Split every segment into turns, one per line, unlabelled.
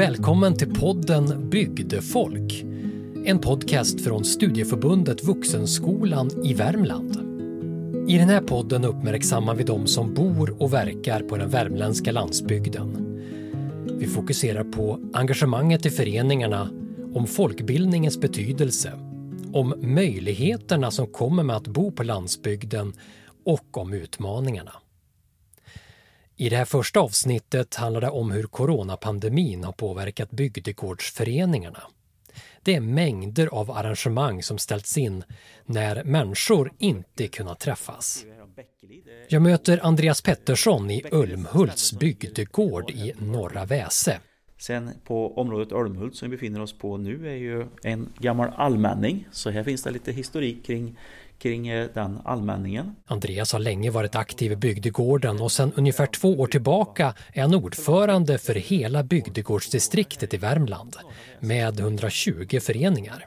Välkommen till podden Bygdefolk. En podcast från Studieförbundet Vuxenskolan i Värmland. I den här podden uppmärksammar vi de som bor och verkar på den värmländska landsbygden. Vi fokuserar på engagemanget i föreningarna, om folkbildningens betydelse, om möjligheterna som kommer med att bo på landsbygden och om utmaningarna. I det här första avsnittet handlar det om hur coronapandemin har påverkat bygdegårdsföreningarna. Det är mängder av arrangemang som ställts in när människor inte kunnat träffas. Jag möter Andreas Pettersson i Ölmhults bygdegård i Norra Väse.
Sen på området Ölmhult som vi befinner oss på nu är ju en gammal allmänning. Så här finns det lite historik kring den allmänningen.
Andreas har länge varit aktiv i bygdegården och sedan ungefär 2 år tillbaka är han ordförande för hela bygdegårdsdistriktet i Värmland med 120 föreningar.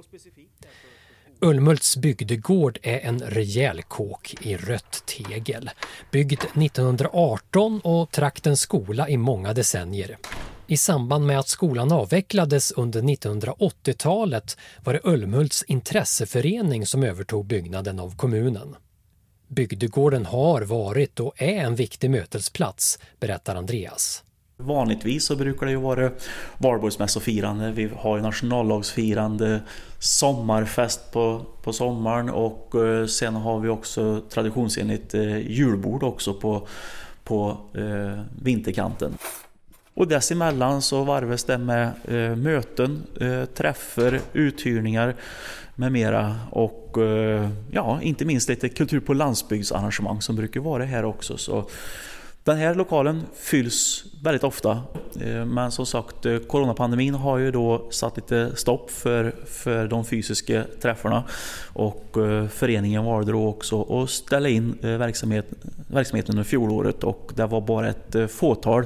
Ölmhults bygdegård är en rejäl kåk i rött tegel, byggd 1918 och traktens skola i många decennier. I samband med att skolan avvecklades under 1980-talet var det Ölmhults intresseförening som övertog byggnaden av kommunen. Bygdegården har varit och är en viktig mötesplats, berättar Andreas.
Vanligtvis så brukar det ju vara valborgsmässofirande, vi har ju nationallagsfirande, sommarfest på sommaren och sen har vi också traditionsenligt julbord också på vinterkanten. Och dessemellan så varvas det med möten, träffar, uthyrningar med mera och inte minst lite kultur på landsbygdsarrangemang som brukar vara här också. Så den här lokalen fylls väldigt ofta, men som sagt coronapandemin har ju då satt lite stopp för de fysiska träffarna och föreningen valde då också att ställa in verksamheten under fjolåret och det var bara ett fåtal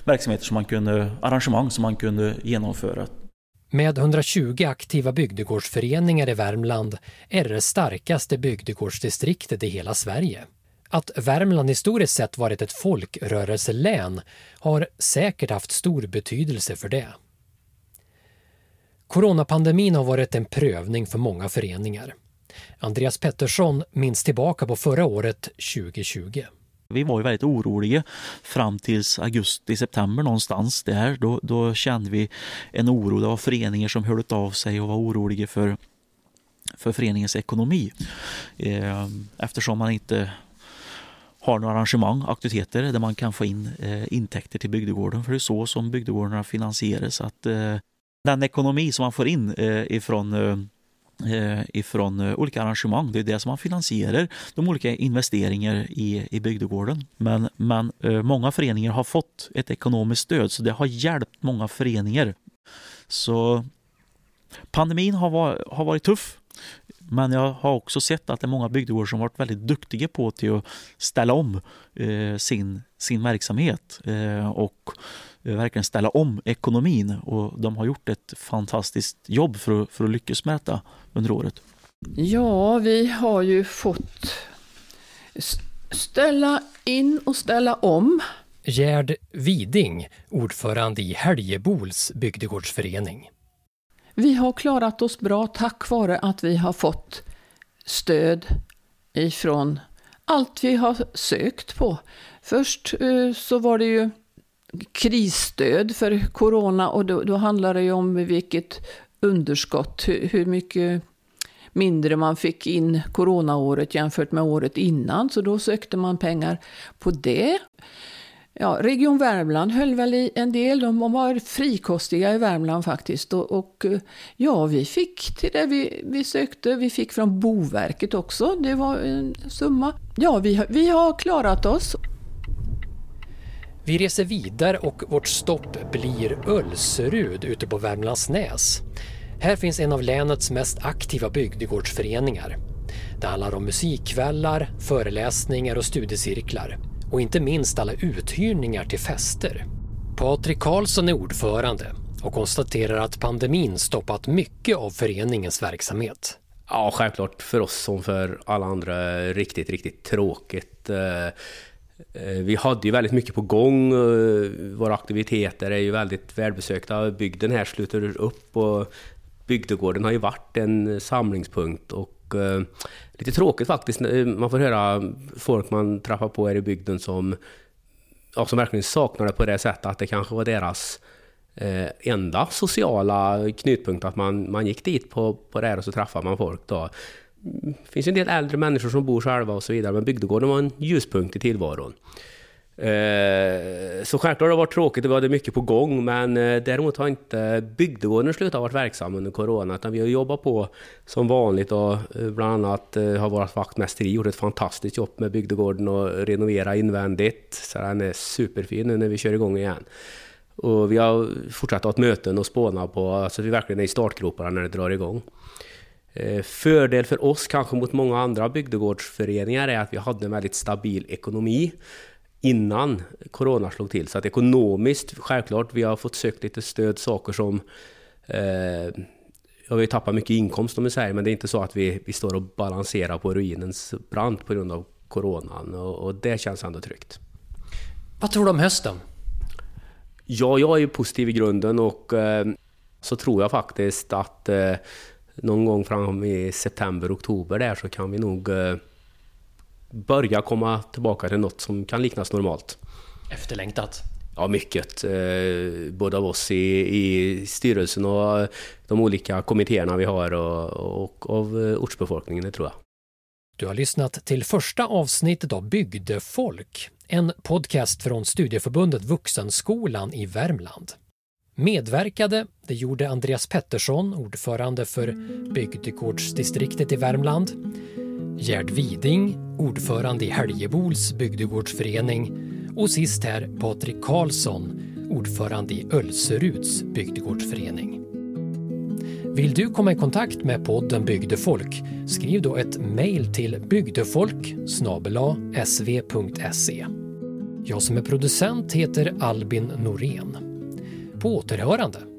arrangemang som man kunde genomföra.
Med 120 aktiva bygdegårdsföreningar i Värmland är det starkaste bygdegårdsdistriktet i hela Sverige. Att Värmland historiskt sett varit ett folkrörelselän har säkert haft stor betydelse för det. Coronapandemin har varit en prövning för många föreningar. Andreas Pettersson minns tillbaka på förra året 2020.
Vi var ju väldigt oroliga fram tills augusti-september någonstans där. Då kände vi en oro. Det var föreningar som hörde av sig och var oroliga för föreningens ekonomi. Eftersom man inte har några arrangemang, aktiviteter där man kan få in intäkter till bygdegården. För det är så som bygdegårdarna finansieras. Att den ekonomi som man får in ifrån olika arrangemang, det är det som man finansierar de olika investeringar i bygdegården. Men många föreningar har fått ett ekonomiskt stöd så det har hjälpt många föreningar. Så pandemin har varit tuff. Men jag har också sett att det är många bygdegårdar som har varit väldigt duktiga på till att ställa om sin verksamhet och verkligen ställa om ekonomin. Och de har gjort ett fantastiskt jobb för att lyckas med detta under året.
Ja, vi har ju fått ställa in och ställa om.
Gerd Widing, ordförande i Häljebols bygdegårdsförening.
Vi har klarat oss bra tack vare att vi har fått stöd ifrån allt vi har sökt på. Först så var det ju krisstöd för corona och då handlar det ju om vilket underskott, hur mycket mindre man fick in coronaåret jämfört med året innan. Så då sökte man pengar på det. Ja, Region Värmland höll väl i en del, de var frikostiga i Värmland faktiskt och vi fick till det vi sökte, vi fick från Boverket också, det var en summa. Ja, vi har klarat oss.
Vi reser vidare och vårt stopp blir Ölserud ute på Värmlandsnäs. Här finns en av länets mest aktiva bygdegårdsföreningar. Det handlar om musikkvällar, föreläsningar och studiecirklar. Och inte minst alla uthyrningar till fester. Patrik Karlsson är ordförande och konstaterar att pandemin stoppat mycket av föreningens verksamhet.
Ja, självklart för oss som för alla andra riktigt, riktigt tråkigt. Vi hade ju väldigt mycket på gång. Våra aktiviteter är ju väldigt välbesökta. Bygden här sluter upp och bygdegården har ju varit en samlingspunkt. Och lite tråkigt faktiskt. Man får höra folk man träffar på här i bygden som verkligen saknar det på det sättet att det kanske var deras enda sociala knutpunkt, att man gick dit på det här och så träffar man folk då. Det finns en del äldre människor som bor själva och så vidare, men bygdegården var en ljuspunkt i tillvaron. Så självklart har det varit tråkigt, det var mycket på gång, men däremot har inte bygdegården slutat vara verksam under corona, utan vi har jobbat på som vanligt och bland annat har vårt vaktmästeri gjort ett fantastiskt jobb med bygdegården och renovera invändigt, så den är superfin nu när vi kör igång igen. Och vi har fortsatt att ha möten och spåna på, så vi verkligen är i startgroparna när det drar igång. Fördel för oss kanske mot många andra bygdegårdsföreningar är att vi hade en väldigt stabil ekonomi innan corona slog till. Så att ekonomiskt, självklart, vi har fått sökt lite stöd, saker som vi tappar mycket inkomst om vi säger, men det är inte så att vi står och balanserar på ruinens brant på grund av coronan, och det känns ändå tryggt.
Vad tror du om hösten?
Ja, jag är ju positiv i grunden, och så tror jag faktiskt att någon gång fram i september, oktober där, så kan vi nog börja komma tillbaka till något som kan liknas normalt.
Efterlängtat?
Ja, mycket. Både av oss i styrelsen och de olika kommittéerna vi har och av ortsbefolkningen, det tror jag.
Du har lyssnat till första avsnittet av Bygdefolk, en podcast från Studieförbundet Vuxenskolan i Värmland. Medverkade, det gjorde Andreas Pettersson, ordförande för bygdegårdsdistriktet i Värmland, Gerd Widing, ordförande i Häljebols bygdegårdsförening, och sist här Patrik Karlsson, ordförande i Ölseruds bygdegårdsförening. Vill du komma i kontakt med podden Bygdefolk, skriv då ett mejl till bygdefolk@sv.se. Jag som är producent heter Albin Norén. På återhörande!